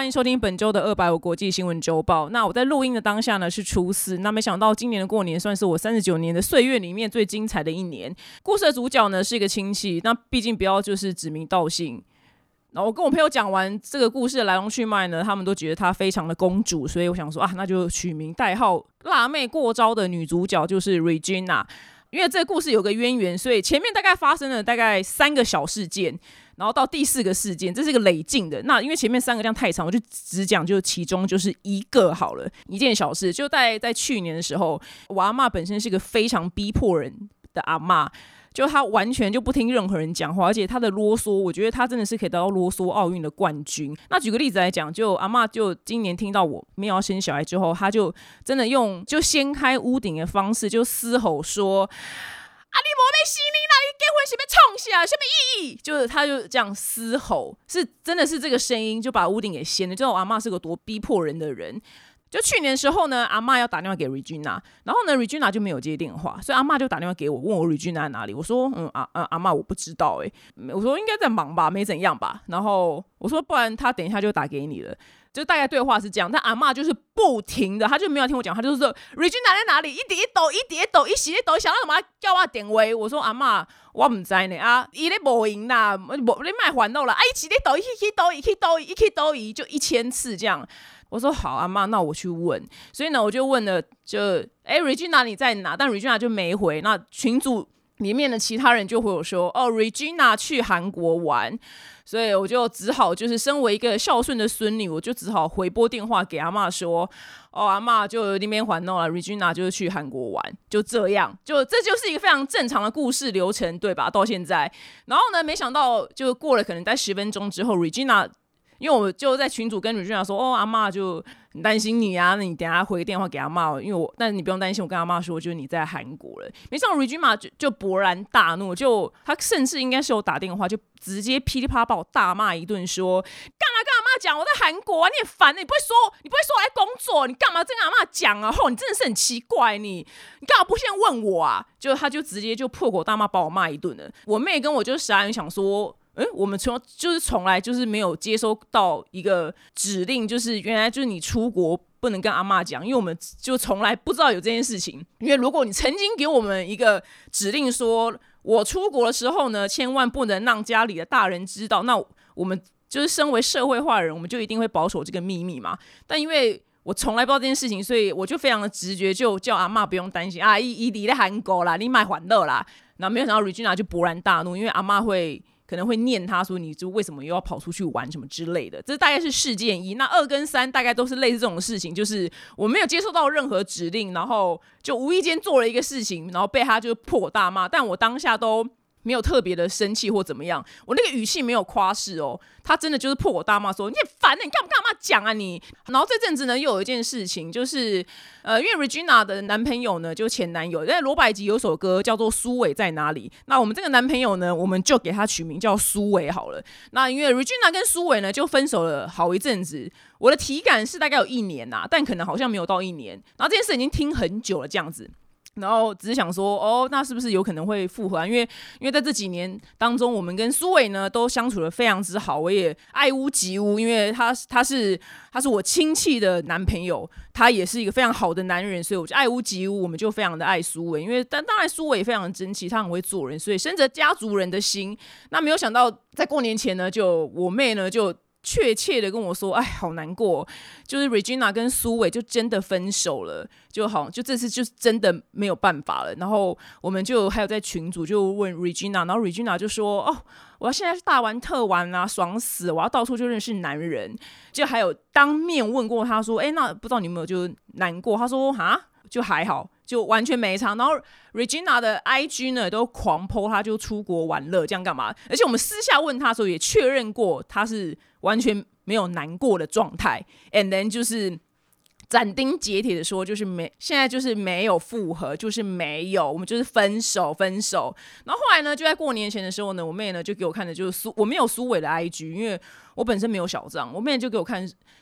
迎收听本周的250国际新闻周报。那我在录音的当下呢是初四，那没想到今年的过年算是我39年的岁月里面最精彩的一年。故事的主角呢是一个亲戚，那毕竟不要就是指名道姓。然后我跟我朋友讲完这个故事的来龙去脉呢，他们都觉得她非常的公主，所以我想说那就取名代号辣妹过招的女主角就是 Regina。因为这个故事有个渊源，所以前面大概发生了大概3个小事件，然后到第4个事件，这是一个累进的。那因为前面3个这样太长，我就只讲就其中就是一个好了，一件小事。就在去年的时候，我阿嬷本身是一个非常逼迫人的阿嬷，就他完全就不听任何人讲话，而且他的啰嗦，我觉得他真的是可以得到啰嗦奥运的冠军。那举个例子来讲，就阿嬷就今年听到我没有要生小孩之后，他就真的用就掀开屋顶的方式就嘶吼说：“啊，你没要生你啦，你结婚是要创啥？什么意义？”就是他就这样嘶吼，是真的是这个声音就把屋顶给掀了。就知道我阿嬷是个多逼迫人的人。就去年的时候呢，阿嬷要打电话给 Regina， 然后呢 Regina 就没有接电话，所以阿嬷就打电话给我，问我 Regina 在哪里。我说阿嬷我不知道我说应该在忙吧，没怎样吧。然后我说不然他等一下就打给你了。就大概对话是这样，但阿嬷就是不停的，他就没有听我讲，他就是说 Regina 在哪里，一直抖，一直抖，想到什么叫我电话。我说阿嬷我不知道呢他在无闲啦，你别烦恼啦，一直在抖，一起抖，就1000次这样。我说好阿嬷，那我去问。所以呢我就问了，就Regina 你在哪？但 Regina 就没回。那群组里面的其他人就回我说Regina 去韩国玩。所以我就只好就是身为一个孝顺的孙女，我就只好回拨电话给阿嬷说阿嬷就那边还弄了 Regina 就是去韩国玩。就这样，这就是一个非常正常的故事流程，对吧？到现在，然后呢没想到就过了可能在10分钟之后 Regina，因为我就在群组跟 Regina 说阿嬷就很担心你啊，那你等一下回个电话给阿嬷，因为但你不用担心，我跟阿嬷说就是你在韩国了。没想到 Regina 就勃然大怒，就他甚至应该是有打电话就直接噼里啪啦把我大骂一顿，说干嘛跟阿嬷讲我在韩国啊，你很烦你不会说我来工作，你干嘛跟阿嬷讲啊？你真的是很奇怪，你干嘛不先问我啊？他就直接就破口大骂把我骂一顿了。我妹跟我就傻眼想说我们从来就是没有接收到一个指令，就是原来就是你出国不能跟阿嬷讲，因为我们就从来不知道有这件事情。因为如果你曾经给我们一个指令说我出国的时候呢千万不能让家里的大人知道，那我们就是身为社会化的人，我们就一定会保守这个秘密嘛。但因为我从来不知道这件事情，所以我就非常的直觉就叫阿嬷不用担心伊在韩国啦，你买欢乐啦。然后没有想到 Regina 就勃然大怒，因为阿嬷可能会念他说你就为什么又要跑出去玩什么之类的。这大概是事件1。那2跟3大概都是类似这种事情，就是我没有接受到任何指令，然后就无意间做了一个事情，然后被他就破口大骂，但我当下都没有特别的生气或怎么样，我那个语气没有夸饰他真的就是破口大骂说你很烦你干嘛讲啊你。然后这阵子呢又有一件事情，就是因为 Regina 的男朋友呢就前男友，在罗百吉有首歌叫做苏伟在哪里，那我们这个男朋友呢我们就给他取名叫苏伟好了。那因为 Regina 跟苏伟呢就分手了好一阵子，我的体感是大概有1年但可能好像没有到1年，然后这件事已经听很久了这样子。然后只是想说那是不是有可能会复合因为在这几年当中我们跟苏伟呢都相处得非常之好，我也爱屋及乌，因为他是我亲戚的男朋友，他也是一个非常好的男人，所以我就爱屋及乌，我们就非常的爱苏伟。因为当然苏伟也非常的争气，他很会做人，所以生着家族人的心。那没有想到在过年前呢，就我妹呢就确切的跟我说好难过，就是 Regina 跟苏伟就真的分手了，就这次就是真的没有办法了。然后我们就还有在群组就问 Regina， 然后 Regina 就说我要现在是大玩特玩啊，爽死，我要到处就认识男人。就还有当面问过他说那不知道你有没有就难过，他说就还好，就完全没差。然后 Regina 的 IG 呢都狂 po 他就出国玩乐这样干嘛，而且我们私下问他的时候也确认过他是完全没有难过的状态 ，and then 就是斩钉截铁的说，就是现在就是没有复合，就是没有，我们就是分手。然后后来呢，就在过年前的时候呢，我妹呢就给我看的就是我没有苏伟的 IG， 因为我本身没有小账，我妹就给我看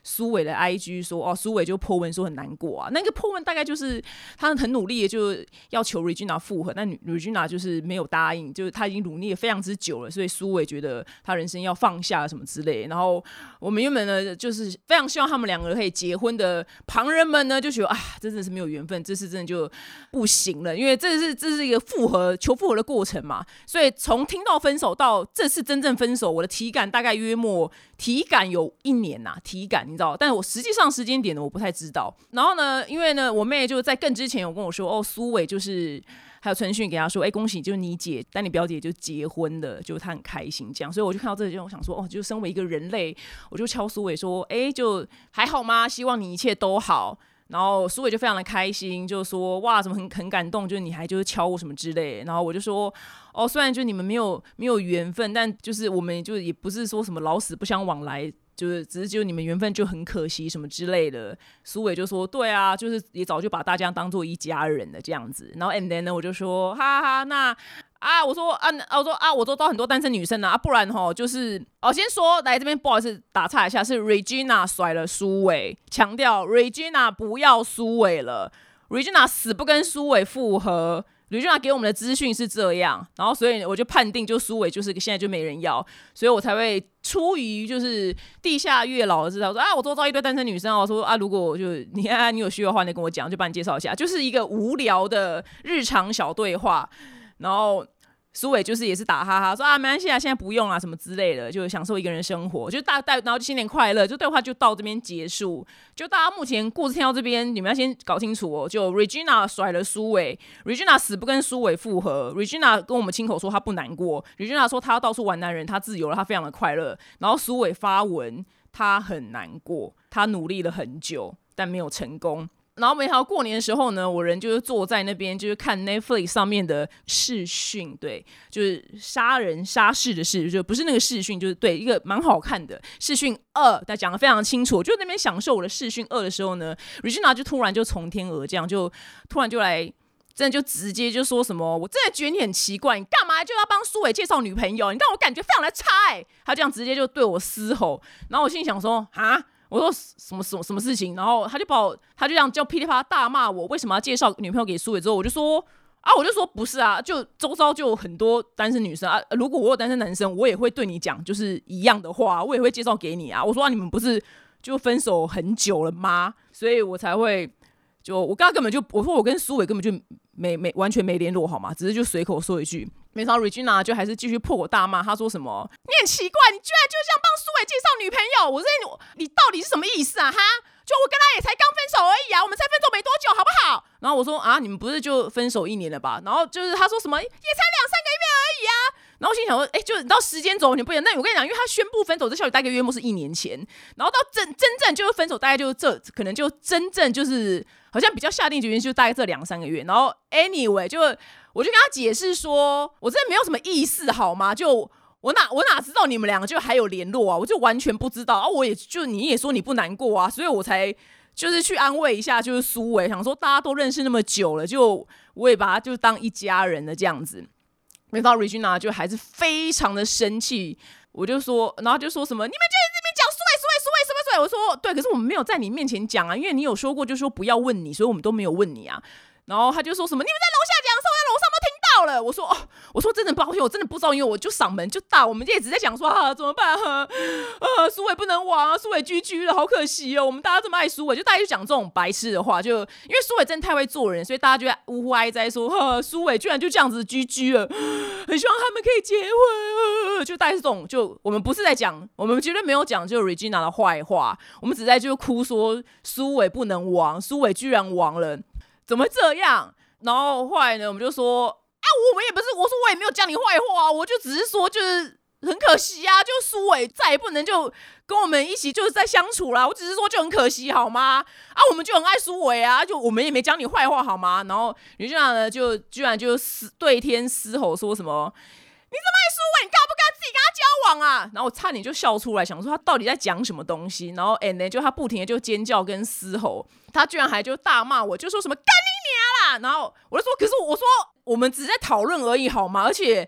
苏伟的 IG 说，苏伟就 po 文说很难过啊。那个 po 文大概就是他很努力的就要求 Regina 复合，但 Regina 就是没有答应，就是他已经努力了非常之久了，所以苏伟觉得他人生要放下什么之类的。然后我们原本呢就是非常希望他们两个可以结婚的，旁人们呢就觉得真的是没有缘分，这次真的就不行了，因为这是一个求复合的过程嘛。所以从听到分手到这次真正分手，我的体感大概约莫体感有1年呐，体感你知道，但我实际上时间点呢我不太知道。然后呢，因为呢我妹就在更之前有跟我说，苏伟就是还有传讯给她说，恭喜，就是你姐丹妮表姐就结婚了，就她很开心这样。所以我就看到这个，我想说，就身为一个人类，我就敲苏伟说，就还好吗？希望你一切都好。然后苏伟就非常的开心，就说哇，怎么很感动，就是你还就是敲我什么之类的。然后我就说虽然就你们没有缘分，但就是我们就也不是说什么老死不相往来，就是只是就你们缘分就很可惜什么之类的。苏伟就说对啊，就是也早就把大家当做一家人了这样子。然后 and then 呢，我就说哈哈，那我说我都很多单身女生啊，不然就是先说来这边不好意思打岔一下，是 Regina 甩了苏伟，强调 Regina 不要苏伟了， Regina 死不跟苏伟复合。Regina 给我们的资讯是这样，然后所以我就判定就苏伟就是现在就没人要，所以我才会出于就是地下月老的知道说我周遭一堆单身女生，我说如果就你有需要的话，你跟我讲，就帮你介绍一下，就是一个无聊的日常小对话。然后苏伟就是也是打哈哈说没关系现在不用什么之类的，就享受一个人生活，就然后就新年快乐，就对话就到这边结束。就大家目前故事听到这边，你们要先搞清楚就 Regina 甩了苏伟， Regina 死不跟苏伟复合， Regina 跟我们亲口说她不难过， Regina 说她要到处玩男人，她自由了，她非常的快乐。然后苏伟发文他很难过，他努力了很久但没有成功。然后没想到过年的时候呢，我人就是坐在那边，就是看 Netflix 上面的视讯，对，就是杀人杀事的事，就不是那个视讯，就是对一个蛮好看的视讯2，他讲得非常清楚。就那边享受我的视讯2的时候呢 ，Regina 就突然就从天而降，就突然就来，真的就直接就说什么，我真的觉得你很奇怪，你干嘛就要帮苏伟介绍女朋友？你让我感觉非常的差他这样直接就对我嘶吼，然后我心里想说我说什么事情？然后他就这样叫噼里啪啦大骂我，为什么要介绍女朋友给苏伟？之后我就说不是就周遭就有很多单身女生如果我有单身男生，我也会对你讲就是一样的话，我也会介绍给你我说你们不是就分手很久了吗？所以我才会我刚刚根本就我说我跟苏伟根本就完全没联络好吗？只是就随口说一句。没想到 Regina 就还是继续破口大骂，他说什么你很奇怪，你居然就这样帮苏伟介绍女朋友，我说你到底是什么意思就我跟他也才刚分手而已我们才分手没多久好不好？然后我说你们不是就分手1年了吧？然后就是他说什么也才2-3个月而已然后我心想说就你到时间轴你不能，那我跟你讲，因为他宣布分手这消息大概约莫是1年前，然后到真正就是分手大概就可能就真正就是好像比较下定决心就大概这2-3个月。然后 anyway 我就跟他解释说我真的没有什么意思好吗？就我哪知道你们两个就还有联络我就完全不知道我也就你也说你不难过所以我才就是去安慰一下就是苏伟，想说大家都认识那么久了，就我也把他就当一家人了这样子。没想到 Regina 就还是非常的生气，我就说，然后就说什么你们就在这边讲苏伟，我说对，可是我们没有在你面前讲因为你有说过就说不要问你，所以我们都没有问你然后他就说什么你们在楼下讲，我在楼上都听到了。我说真的抱歉，我真的不知道，因为我就嗓门就大，我们也只在讲说怎么办苏伟不能玩苏伟GG了，好可惜我们大家这么爱苏伟，就大家就讲这种白痴的话，就因为苏伟真的太会做人，所以大家就在呜呼哀哉说苏伟居然就这样子GG了，很希望他们可以结婚就大概是这种，就我们不是在讲，我们绝对没有讲就 Regina 的坏话，我们只在就哭说苏伟不能亡，苏伟居然亡了，怎么会这样？然后后来呢，我们就说我们也不是，我说我也没有讲你坏话我就只是说就是很可惜就苏伟再也不能就跟我们一起就是再相处啦，我只是说就很可惜好吗？我们就很爱苏伟就我们也没讲你坏话好吗？然后女校长呢就居然就对天嘶吼说什么你这么爱苏伟，你干嘛不跟他自己跟他交往然后我差点就笑出来，想说他到底在讲什么东西。然后 and 就他不停的就尖叫跟嘶吼，他居然还就大骂我，就说什么干你娘啦！然后我就说，可是我说我们只是在讨论而已好吗？而且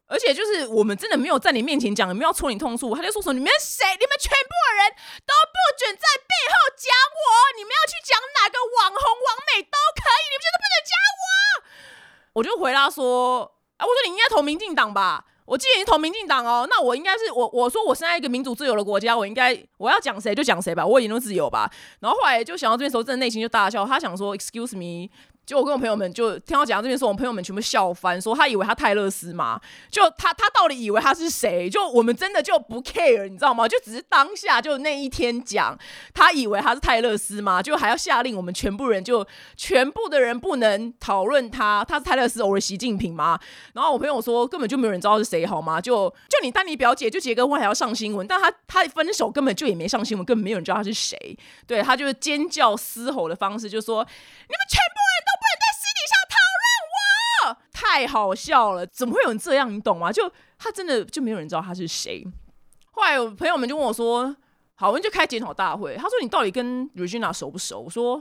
而且就是我们真的没有在你面前讲，没有要戳你痛处，他就说什么你们谁，你们全部的人都不准在背后讲我，你们要去讲哪个网红网美都可以，你们就是不能讲我。我就回答说，我说你应该投民进党吧，我既然投民进党哦，那我应该是我说我生在一个民主自由的国家，我要讲谁就讲谁吧，我言论自由吧。然后后来就想到这边时候，真的内心就大笑，他想说 excuse me。就我跟我朋友们就听到讲到这边说，我们朋友们全部笑翻，说他以为他泰勒斯嘛，就他到底以为他是谁？就我们真的就不 care， 你知道吗？就只是当下就那一天讲，他以为他是泰勒斯嘛，就还要下令我们全部的人不能讨论他是泰勒斯偶尔习近平嘛。然后我朋友说根本就没有人知道是谁好吗？就你丹尼表姐就结个婚还要上新闻，但他分手根本就也没上新闻，根本没有人知道他是谁。对，他就是尖叫嘶吼的方式，就说你们全部人都不能在私底下讨论我，太好笑了，怎么会有人这样？你懂吗？就他真的就没有人知道他是谁。后来我朋友们就问我说：“好，我们就开检讨大会。”他说：“你到底跟 Regina 熟不熟？”我说：“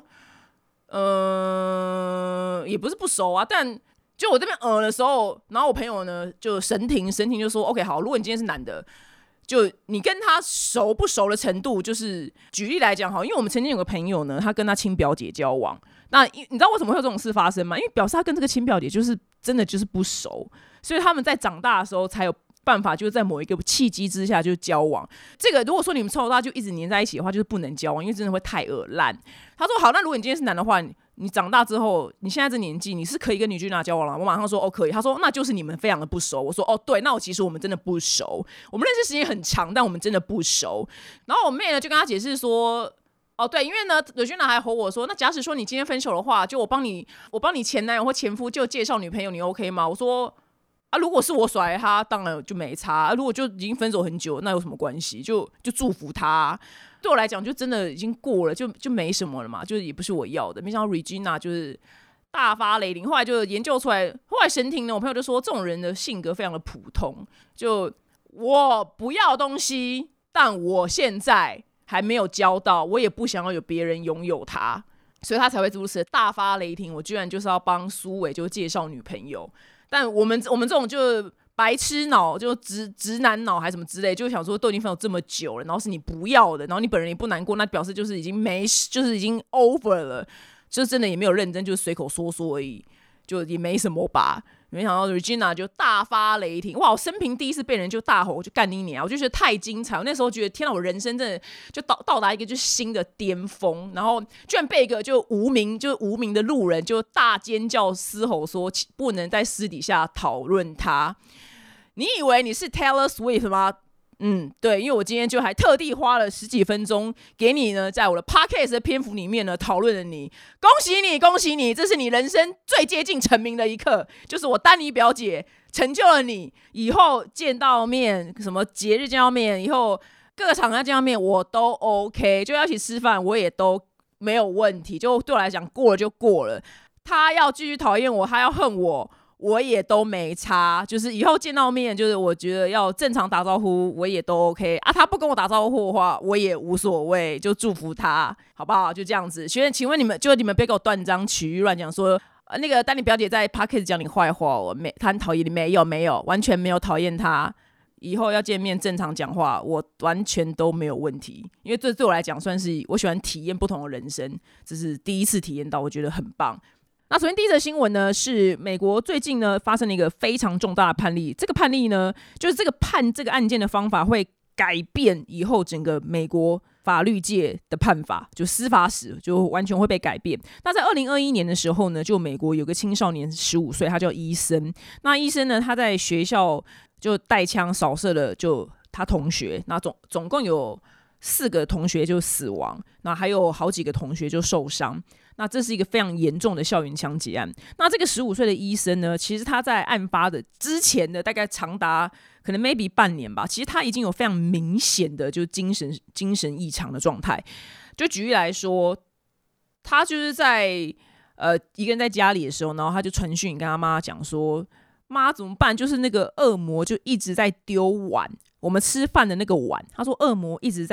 也不是不熟啊，但就我这边的时候，然后我朋友呢就神庭就说 ：‘OK， 好，如果你今天是男的。’就你跟他熟不熟的程度，就是举例来讲好，因为我们曾经有个朋友呢，他跟他亲表姐交往，那你知道为什么会有这种事发生吗？因为表示他跟这个亲表姐就是真的就是不熟，所以他们在长大的时候才有办法，就是在某一个契机之下就交往。这个如果说你们从小到大就一直黏在一起的话，就是不能交往，因为真的会太恶烂。他说好，那如果你今天是男的话，你长大之后，你现在这年纪，你是可以跟女Gina交往了。我马上说可以。他说那就是你们非常的不熟。我说对，那其实我们真的不熟，我们认识时间很长，但我们真的不熟。然后我妹呢就跟他解释说，对，因为呢女Gina还吼我说，那假使说你今天分手的话，就我帮你前男友或前夫就介绍女朋友，你 OK 吗？我说如果是我甩他，当然就没差。如果就已经分手很久，那有什么关系？就祝福他。对我来讲，就真的已经过了，就没什么了嘛，就也不是我要的。没想到 Regina 就是大发雷霆，后来就研究出来，后来神庭呢，我朋友就说这种人的性格非常的普通，就我不要东西，但我现在还没有交到，我也不想要有别人拥有它，所以他才会如此的大发雷霆。我居然就是要帮苏伟就介绍女朋友，但我们这种就白痴脑，就直男脑还是什么之类，就想说都已经分手这么久了，然后是你不要的，然后你本人也不难过，那表示就是已经就是已经 over 了，就真的也没有认真，就是随口说而已，就也没什么吧。没想到 Regina 就大发雷霆，哇！我生平第一次被人就大吼，就干你娘！我就觉得太精彩。我那时候觉得，天哪，我人生真的就到达一个就是新的巅峰，然后居然被一个就无名的路人就大尖叫嘶吼说，不能在私底下讨论他。你以为你是 Taylor Swift 吗？对，因为我今天就还特地花了10几分钟给你呢，在我的 podcast 的篇幅里面呢讨论了你，恭喜你，这是你人生最接近成名的一刻，就是我丹尼表姐成就了你，以后见到面，什么节日见到面，以后各个场合见到面我都 OK， 就要一起吃饭我也都没有问题，就对我来讲过了就过了，他要继续讨厌我，他要恨我也都没差，就是以后见到面，就是我觉得要正常打招呼，我也都 OK 啊。他不跟我打招呼的话，我也无所谓，就祝福他，好不好？就这样子。学员，请问你们别给我断章取义乱讲说，那个丹尼表姐在 Podcast 讲你坏话，他很讨厌你，没有，完全没有讨厌他。以后要见面正常讲话，我完全都没有问题，因为这对我来讲算是我喜欢体验不同的人生，这是第一次体验到，我觉得很棒。那首先第一则新闻呢，是美国最近呢发生了一个非常重大的判例，这个判例呢，就是这个判这个案件的方法会改变以后整个美国法律界的判法，就司法史就完全会被改变。那在2021年的时候呢，就美国有个青少年15岁，他叫医生。那医生呢，他在学校就带枪扫射了就他同学，那总共有4个同学就死亡，那还有好几个同学就受伤。那这是一个非常严重的校园枪击案。那这个15岁的医生呢，其实他在案发的之前的大概长达可能 maybe 半年吧，其实他已经有非常明显的就精神异常的状态。就举例来说，他就是在一个人在家里的时候，然后他就传讯跟他妈讲说，妈怎么办？就是那个恶魔就一直在丢碗，我们吃饭的那个碗，他说恶魔一直在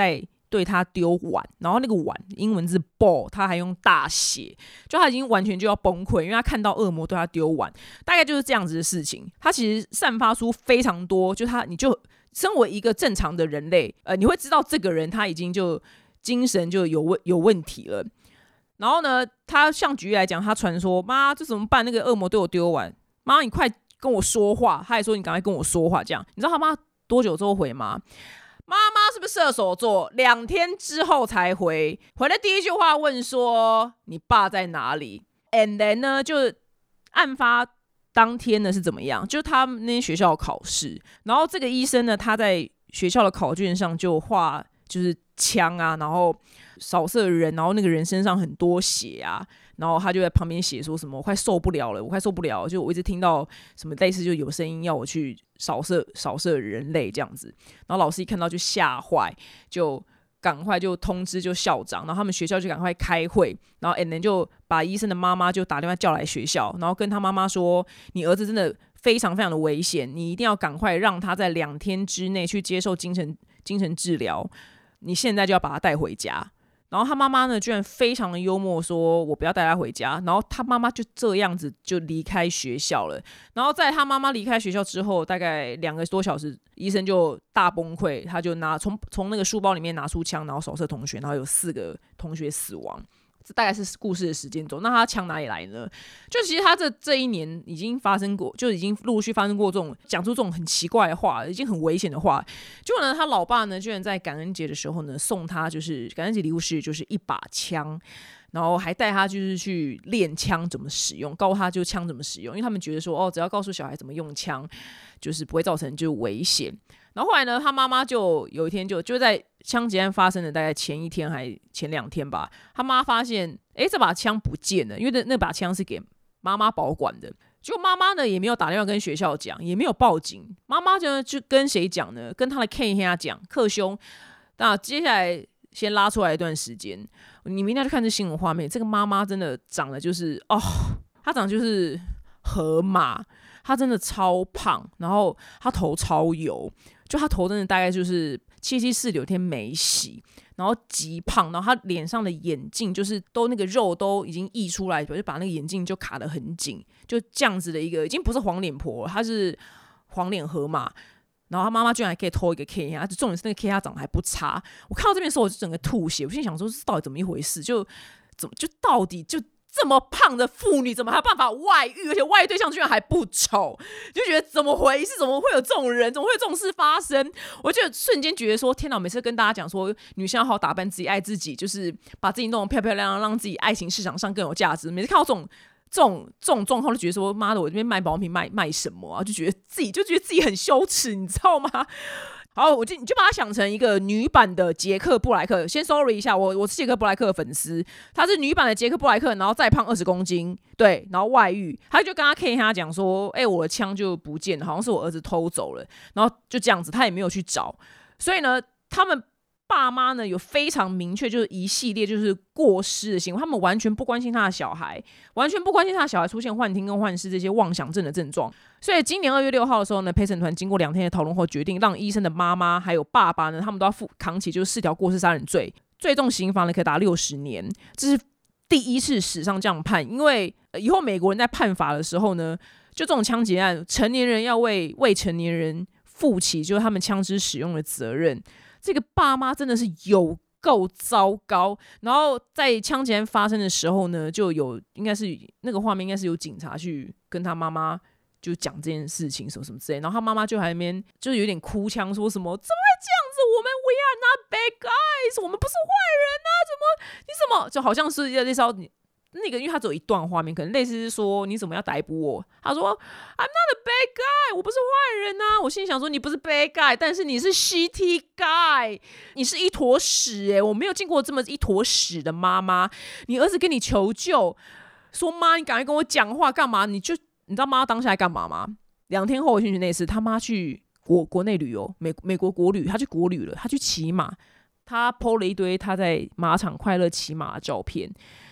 对他丢碗，然后那个碗英文字 ball 他还用大写，就他已经完全就要崩溃，因为他看到恶魔对他丢碗，大概就是这样子的事情。他其实散发出非常多，就你就身为一个正常的人类，你会知道这个人他已经就精神就有问题了。然后呢，他像举例来讲，他传说妈这怎么办？那个恶魔对我丢碗，妈你快跟我说话，他还说你赶快跟我说话，这样你知道他妈多久之后回吗？妈妈是不是射手座？2天之后才回的第一句话问说你爸在哪里 ？And then 呢，就案发当天呢是怎么样？就他们那些学校的考试，然后这个医生呢，他在学校的考卷上就画就是枪啊，然后扫射人，然后那个人身上很多血啊。然后他就在旁边写说什么我快受不了了，就我一直听到什么类似就有声音要我去扫射人类这样子。然后老师一看到就吓坏，就赶快就通知就校长，然后他们学校就赶快开会，然后 and then 就把医生的妈妈就打电话叫来学校，然后跟他妈妈说你儿子真的非常非常的危险，你一定要赶快让他在2天之内去接受精神治疗，你现在就要把他带回家。然后他妈妈呢，居然非常的幽默，说我不要带他回家。然后他妈妈就这样子就离开学校了。然后在他妈妈离开学校之后，大概2个多小时，医生就大崩溃，他就从那个书包里面拿出枪，然后扫射同学，然后有4个同学死亡。这大概是故事的时间轴。那他枪哪里来呢？就其实他这一年已经发生过，就已经陆续发生过这种讲出这种很奇怪的话，已经很危险的话。结果呢，他老爸呢，居然在感恩节的时候呢，送他就是感恩节礼物是就是一把枪，然后还带他就是去练枪怎么使用，告诉他就枪怎么使用，因为他们觉得说只要告诉小孩怎么用枪，就是不会造成就是危险。然后后来呢，他妈妈就有一天就在枪击案发生的大概前1天还前2天吧，他妈发现这把枪不见了，因为那把枪是给妈妈保管的。结果妈妈呢也没有打电话跟学校讲，也没有报警，妈妈就跟谁讲呢？跟他的 K 讲克兄。那接下来先拉出来一段时间，你明天去看这新闻画面，这个妈妈真的长得就是她长得就是河马，她真的超胖，然后她头超油，就她头真的大概就是774有天没洗，然后极胖，然后她脸上的眼镜就是都那个肉都已经溢出来，就把那个眼镜就卡得很紧，就这样子的一个已经不是黄脸婆了，她是黄脸河马。然后他妈妈居然还可以偷一个 K， 重点是那个 K 他长得还不差。我看到这边的时候我就整个吐血，我心想说这到底怎么一回事？就到底就这么胖的妇女怎么还有办法外遇，而且外遇对象居然还不丑，就觉得怎么回事？怎么会有这种人？怎么会有这种事发生？我就瞬间觉得说天哪！每次跟大家讲说女生要好好打扮自己，爱自己，就是把自己弄得漂漂亮亮，让自己爱情市场上更有价值。每次看到这种状况，就觉得说妈的，我这边卖保养品卖什么啊？就觉得自己很羞耻，你知道吗？好，你就把它想成一个女版的杰克布莱克。先 sorry 一下，我是杰克布莱克的粉丝，他是女版的杰克布莱克，然后再胖20公斤，对，然后外遇，他就跟他讲说，我的枪就不见了，好像是我儿子偷走了，然后就这样子，他也没有去找，所以呢，他们爸妈呢有非常明确，就是一系列就是过失的行为，他们完全不关心他的小孩，完全不关心他的小孩出现幻听跟幻视这些妄想症的症状。所以今年2月6号的时候呢，陪审团经过2天的讨论后，决定让医生的妈妈还有爸爸呢，他们都要扛起就是4条过失杀人罪，最重刑罚呢可以达60年，这是第一次史上这样判。因为以后美国人在判罚的时候呢，就这种枪击案，成年人要为未成年人负起就是他们枪支使用的责任。这个爸妈真的是有够糟糕。然后在枪击案发生的时候呢，就有应该是那个画面，应该是有警察去跟他妈妈就讲这件事情什么什么之类，然后他妈妈就还在那边就是有点哭腔，说什么怎么会这样子？我们 we are not bad guys， 我们不是坏人啊！你怎么就好像是那时候那个，因为他只有一段画面，可能类似是说你怎么要逮捕我？他说 I'm not a bad guy， 我不是坏人啊！我心里想说你不是 bad guy， 但是你是 shitty guy， 你是一坨屎我没有见过这么一坨屎的妈妈。你儿子跟你求救，说妈，你赶快跟我讲话干嘛？你知道妈当下在干嘛吗？2天后我进去那次，他妈去国内旅游，美国国旅，他去国旅了，他去骑马，他 po 了一堆他在马场快乐骑马的照片。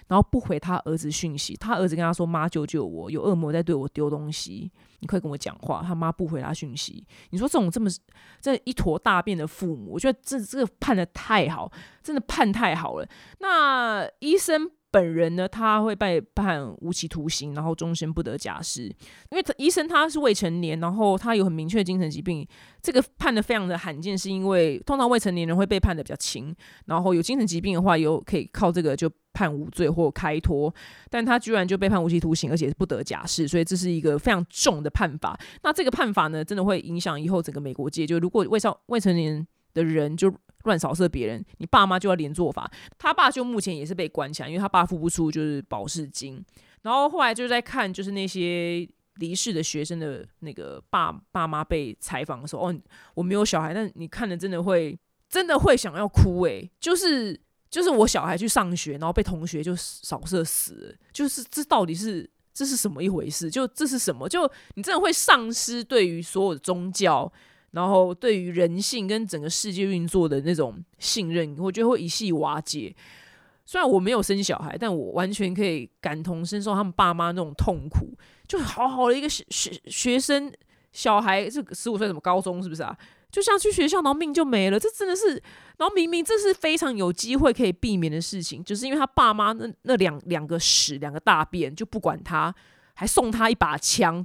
然后不回他儿子讯息。他儿子跟他说：“妈，救救我，有恶魔在对我丢东西，你快跟我讲话。”他妈不回他讯息。你说这一坨大便的父母，我觉得这个判的太好，真的判太好了。那医生本人呢，他会被判无期徒刑，然后终身不得假释。因为医生他是未成年，然后他有很明确的精神疾病，这个判的非常的罕见，是因为通常未成年人会被判的比较轻，然后有精神疾病的话，有可以靠这个就判无罪或开脱，但他居然就被判无期徒刑，而且是不得假释，所以这是一个非常重的判罚。那这个判罚呢，真的会影响以后整个美国界，就如果未成年的人就乱扫射别人，你爸妈就要连坐罚。他爸就目前也是被关起来，因为他爸付不出就是保释金。然后后来就在看就是那些离世的学生的那个爸妈被采访的时候，我没有小孩，但你看了真的会想要哭就是我小孩去上学，然后被同学就扫射死了，就是这到底是这是什么一回事？就这是什么？就你真的会丧失对于所有的宗教，然后对于人性跟整个世界运作的那种信任，我觉得会一系瓦解。虽然我没有生小孩，但我完全可以感同身受他们爸妈那种痛苦。就好好的一个学生小孩，这15岁什么高中是不是啊？就像去学校，然后命就没了，这真的是，然后明明这是非常有机会可以避免的事情，就是因为他爸妈那两个屎两个大便就不管他，还送他一把枪，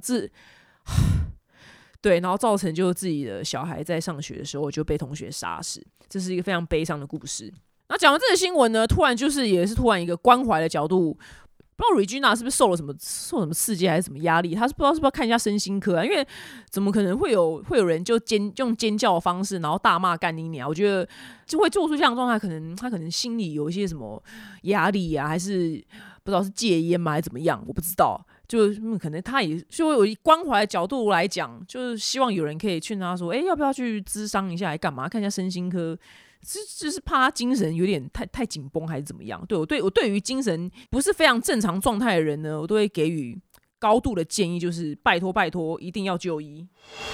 对，然后造成就自己的小孩在上学的时候就被同学杀死，这是一个非常悲伤的故事。那讲完这个新闻呢，也是突然一个关怀的角度。不知道 Regina 是不是受什么刺激还是什么压力，他是不知道看一下身心科啊？因为怎么可能会有人就用尖叫的方式，然后大骂干你娘？我觉得就会做出这样的状态，他可能心里有一些什么压力啊，还是不知道是戒烟吗，还是怎么样？我不知道。就可能他也就有以关怀的角度来讲，就是希望有人可以劝他说：“要不要去咨商一下，来干嘛？看一下身心科。”就是怕他精神有点太紧绷还是怎么样？我对于精神不是非常正常状态的人呢，我都会给予高度的建议，就是拜托一定要就医。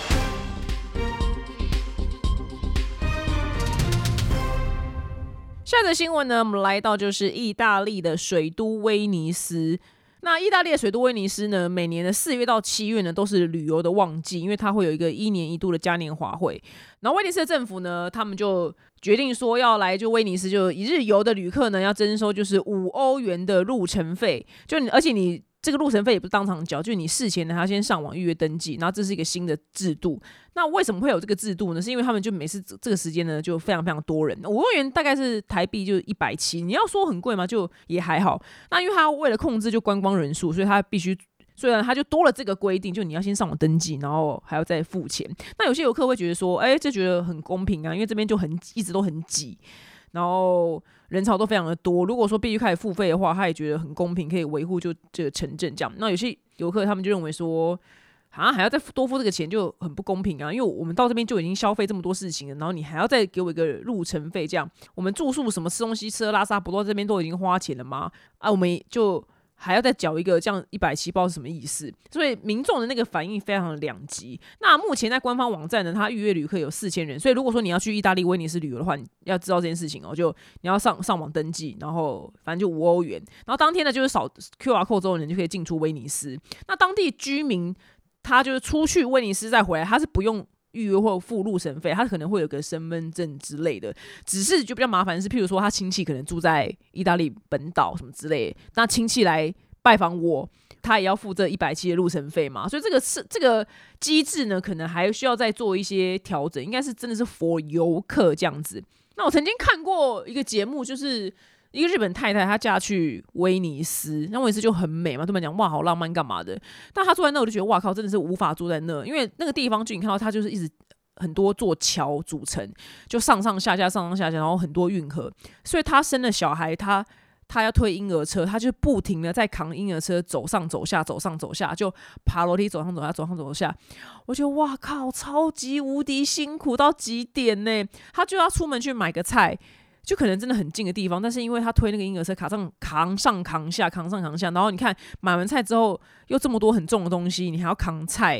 下则新闻呢，我们来到就是意大利的水都威尼斯。那意大利的水都威尼斯呢，每年的4月到7月呢都是旅游的旺季，因为它会有一个1年1度的嘉年华会。然后威尼斯的政府呢，他们就决定说要来就威尼斯就一日游的旅客呢，要征收就是5欧元的路程费，而且你这个路程费也不是当场缴，就是你事前呢还要先上网预约登记，然后这是一个新的制度。那为什么会有这个制度呢？是因为他们就每次这个时间呢就非常非常多人，5欧元大概是台币就170，你要说很贵嘛，就也还好。那因为他为了控制就观光人数，所以他必须。虽然他就多了这个规定，就你要先上网登记，然后还要再付钱。那有些游客会觉得说，这觉得很公平啊，因为这边就一直都很挤，然后人潮都非常的多。如果说必须开始付费的话，他也觉得很公平，可以维护就这个城镇这样。那有些游客他们就认为说，还要再多付这个钱就很不公平啊，因为我们到这边就已经消费这么多事情了，然后你还要再给我一个路程费，这样我们住宿什么吃东西吃喝拉撒不都这边都已经花钱了吗？我们就还要再缴一个这样170，不知道是什么意思，所以民众的那个反应非常的两极。那目前在官方网站呢，它预约旅客有4000人，所以如果说你要去意大利威尼斯旅游的话，你要知道这件事情就你要上网登记，然后反正就5欧元，然后当天呢就是扫 QR code 之后，你就可以进出威尼斯。那当地居民他就是出去威尼斯再回来，他是不用预约或付路程费，他可能会有个身份证之类的，只是就比较麻烦的是，譬如说他亲戚可能住在意大利本岛什么之类的，那亲戚来拜访我，他也要付这170的路程费嘛，所以这个机制呢，可能还需要再做一些调整，应该是真的是 for 游客这样子。那我曾经看过一个节目，就是一个日本太太，她嫁去威尼斯，那威尼斯就很美嘛，对们讲哇好浪漫干嘛的，但她住在那我就觉得哇靠，真的是无法住在那，因为那个地方就你看到它就是一直很多座桥组成，就上上下下，然后很多运河，所以她生了小孩，她要推婴儿车，她就不停的在扛婴儿车走上走下，就爬楼梯走上走下。我觉得哇靠，超级无敌辛苦到极点呢！她就要出门去买个菜，就可能真的很近的地方，但是因为他推那个婴儿车扛上扛下，然后你看买完菜之后又这么多很重的东西，你还要扛菜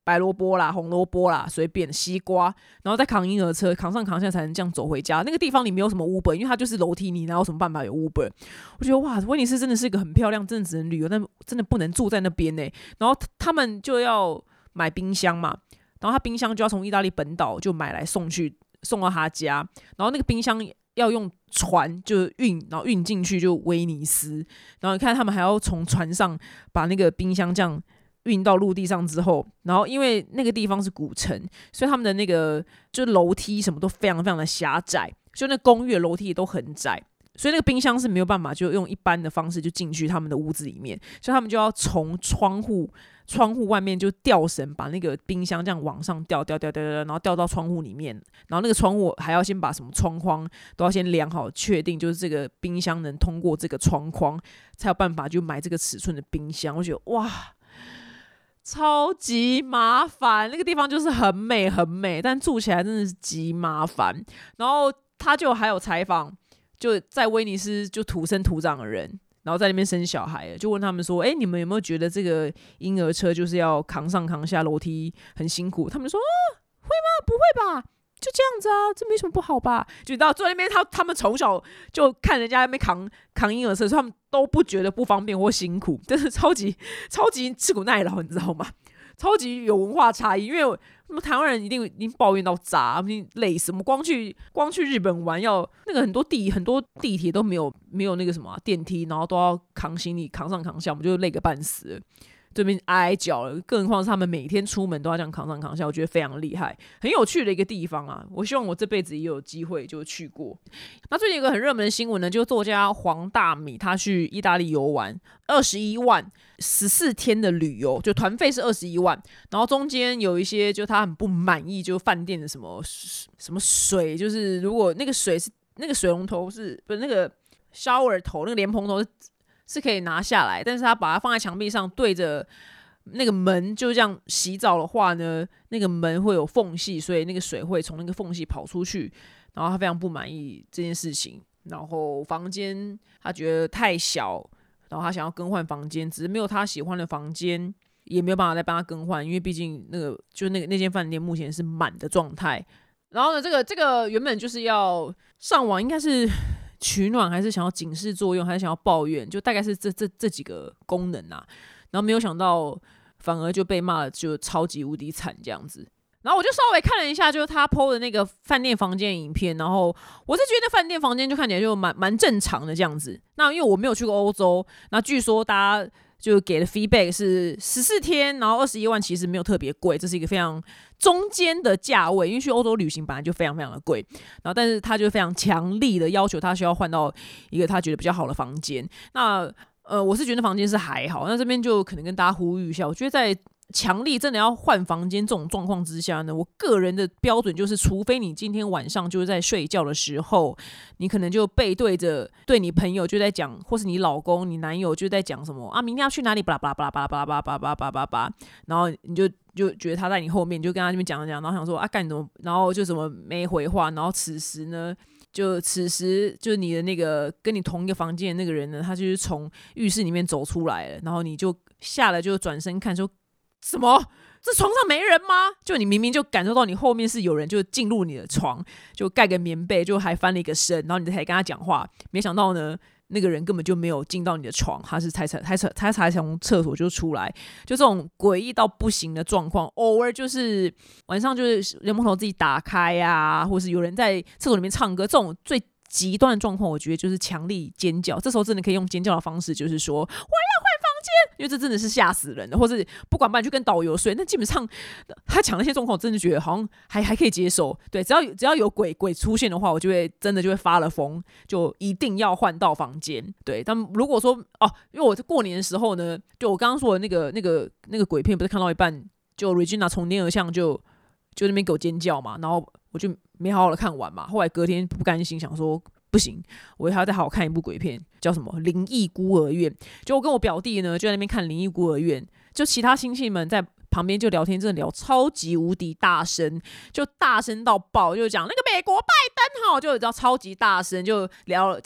白萝卜啦、红萝卜啦，随便西瓜，然后再扛婴儿车，扛上扛下才能这样走回家。那个地方里没有什么 Uber， 因为它就是楼梯，你哪有什么办法有 Uber？ 我觉得哇，威尼斯真的是一个很漂亮，真的只能旅游，但真的不能住在那边呢。然后他们就要买冰箱嘛，然后他冰箱就要从意大利本岛就买来送到他家，然后那个冰箱要用船就运，然后运进去就威尼斯，然后你看他们还要从船上把那个冰箱这样运到陆地上之后，然后因为那个地方是古城，所以他们的那个就楼梯什么都非常非常的狭窄，就那公寓的楼梯也都很窄，所以那个冰箱是没有办法就用一般的方式就进去他们的屋子里面，所以他们就要从窗户外面就吊绳把那个冰箱这样往上吊，然后吊到窗户里面，然后那个窗户还要先把什么窗框都要先量好，确定就是这个冰箱能通过这个窗框，才有办法就买这个尺寸的冰箱。我觉得哇，超级麻烦，那个地方就是很美很美，但住起来真的是极麻烦。然后他就还有采访就在威尼斯就土生土长的人，然后在那边生小孩，就问他们说你们有没有觉得这个婴儿车就是要扛上扛下楼梯很辛苦？他们说会吗？不会吧，就这样子啊，这没什么不好吧。就到坐那边他们从小就看人家在那边扛婴儿车，所以他们都不觉得不方便或辛苦，真的超级吃苦耐劳，你知道吗？超级有文化差异，因为台湾人一定抱怨到炸，一定累死。我们光去日本玩，要那个很多地铁都没有那个什么电梯，然后都要扛行李扛上扛下，我们就累个半死了，这边挨脚了，更何况是他们每天出门都要这样扛上扛下，我觉得非常厉害，很有趣的一个地方啊！我希望我这辈子也有机会就去过。那最近有一个很热门的新闻呢，就是作家黄大米他去意大利游玩，21万14天的旅游，就团费是21万，然后中间有一些就他很不满意，就饭店的什么水，就是如果那个水是那个水龙头是不是那个 shower 头那个莲蓬头是可以拿下来，但是他把它放在墙壁上，对着那个门就这样洗澡的话呢，那个门会有缝隙，所以那个水会从那个缝隙跑出去，然后他非常不满意这件事情。然后房间他觉得太小，然后他想要更换房间，只是没有他喜欢的房间，也没有办法再帮他更换，因为毕竟那间饭店目前是满的状态。然后呢，这个原本就是要上网，应该是取暖还是想要警示作用，还是想要抱怨，就大概是这几个功能啊。然后没有想到，反而就被骂了，就超级无敌惨这样子。然后我就稍微看了一下，就是他 PO 的那个饭店房间影片，然后我是觉得饭店房间就看起来就蛮正常的这样子。那因为我没有去过欧洲，那据说大家就给的 feedback 是14天，然后21万其实没有特别贵，这是一个非常中间的价位，因为去欧洲旅行本来就非常非常的贵，然后但是他就非常强力的要求他需要换到一个他觉得比较好的房间。那我是觉得房间是还好，那这边就可能跟大家呼吁一下，我觉得在强力真的要换房间这种状况之下呢，我个人的标准就是，除非你今天晚上就是在睡觉的时候，你可能就背对着对你朋友就在讲，或是你老公、你男友就在讲什么啊，明天要去哪里，巴拉巴拉巴拉巴拉巴拉巴拉巴拉，然后你就觉得他在你后面，你就跟他这边讲，然后想说啊干你怎么，然后就怎么没回话，然后此时就是你的那个跟你同一个房间的那个人呢，他就是从浴室里面走出来了，然后你就下来就转身看说。什么？这床上没人吗？就你明明就感受到你后面是有人，就进入你的床，就盖个棉被，就还翻了一个身，然后你才跟他讲话。没想到呢，那个人根本就没有进到你的床，他才从厕所就出来。就这种诡异到不行的状况，偶尔就是晚上就是人木头自己打开啊，或是有人在厕所里面唱歌，这种最极端的状况，我觉得就是强力尖叫。这时候真的可以用尖叫的方式，就是说我要换房间，因为这真的是吓死人的。或是不管不然去跟导游睡，那基本上他讲那些状况，我真的觉得好像还可以接受。对，只要有鬼出现的话，我就会真的就会发了疯，就一定要换到房间。对，但如果说因为我过年的时候呢，就我刚刚说的那个鬼片，不是看到一半，就 Regina 从天而降就那边给我尖叫嘛，然后我就没好好的看完嘛。后来隔天不甘心，想说不行，我还要再好好看一部鬼片，叫什么《灵异孤儿院》。就我跟我表弟呢，就在那边看《灵异孤儿院》，就其他亲戚们在旁边就聊天，真的聊超级无敌大声，就大声到爆，就讲那个美国拜登就你知道超级大声，就聊就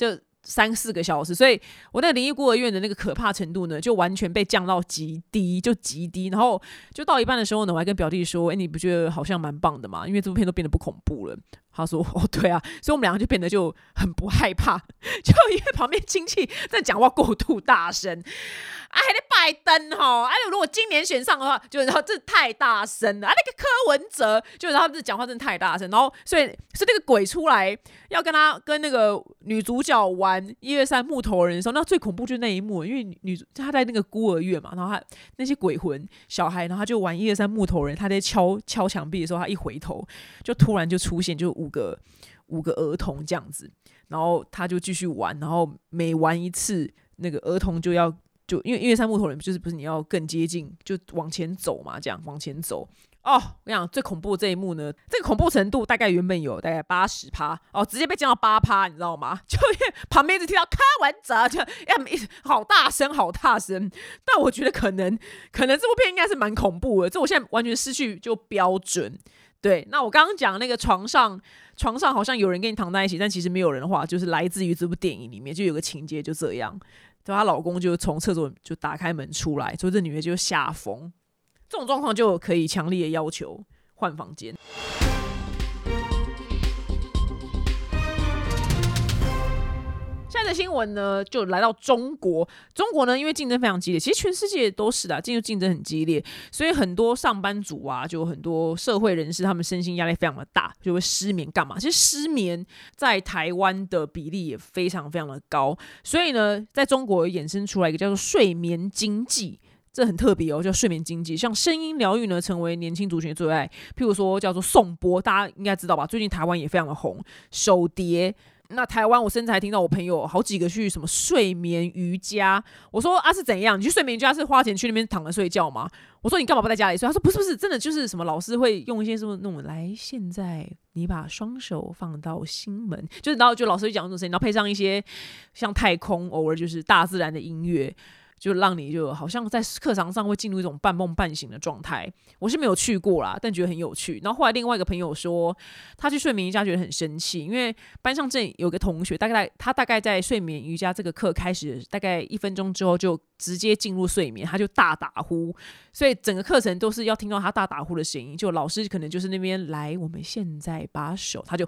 3-4个小时，所以我那个灵异孤儿院的那个可怕程度呢，就完全被降到极低，就极低。然后就到一半的时候呢，我还跟表弟说：“你不觉得好像蛮棒的吗？因为这部片都变得不恐怖了。”他说：“哦，对啊。”所以我们两个就变得就很不害怕，就因为旁边亲戚在讲话过度大声。还在拜登吼，如果今年选上的话，就然后这太大声了。那个柯文哲，就他们讲话真的太大声，然后所以是那个鬼出来要跟那个女主角玩123木头人的时候，那最恐怖就是那一幕，因为他在那个孤儿院嘛，然后他那些鬼魂小孩，然后他就玩123木头人，他在敲墙壁的时候，他一回头就突然就出现就五个儿童这样子，然后他就继续玩，然后每玩一次那个儿童就因为123木头人就是不是你要更接近就往前走嘛，这样往前走。我跟你讲最恐怖的这一幕呢，这个恐怖程度大概原本有大概80%直接被降到8%，你知道吗？就因为旁边一直听到柯文哲就好大声好大声，但我觉得可能这部片应该是蛮恐怖的，这我现在完全失去就标准。对，那我刚刚讲那个床上好像有人跟你躺在一起，但其实没有人的话，就是来自于这部电影里面就有个情节就这样，对，她老公就从厕所就打开门出来，所以这女的就吓疯。这种状况就可以强烈的要求换房间。现在的新闻呢，就来到中国。中国呢，因为竞争非常激烈，其实全世界都是的，竞争很激烈，所以很多上班族啊，就很多社会人士，他们身心压力非常的大，就会失眠干嘛？其实失眠在台湾的比例也非常非常的高，所以呢，在中国衍生出来一个叫做睡眠经济。这很特别叫睡眠经济。像声音疗愈呢，成为年轻族群的最爱。譬如说叫做颂钵，大家应该知道吧？最近台湾也非常的红。手碟，那台湾我甚至还听到我朋友好几个去什么睡眠瑜伽。我说是怎样？你去睡眠瑜伽是花钱去那边躺着睡觉吗？我说你干嘛不在家里睡？他说不是，真的就是什么老师会用一些什么那种来，现在你把双手放到心门，就是然后就老师会讲这种声音，然后配上一些像太空偶尔就是大自然的音乐。就让你就好像在课堂上会进入一种半梦半醒的状态。我是没有去过啦，但觉得很有趣。然后后来另外一个朋友说，他去睡眠瑜伽觉得很生气，因为班上正有个同学，他大概在睡眠瑜伽这个课开始大概1分钟之后就直接进入睡眠，他就大打呼，所以整个课程都是要听到他大打呼的声音。就老师可能就是那边来，我们现在把手，他就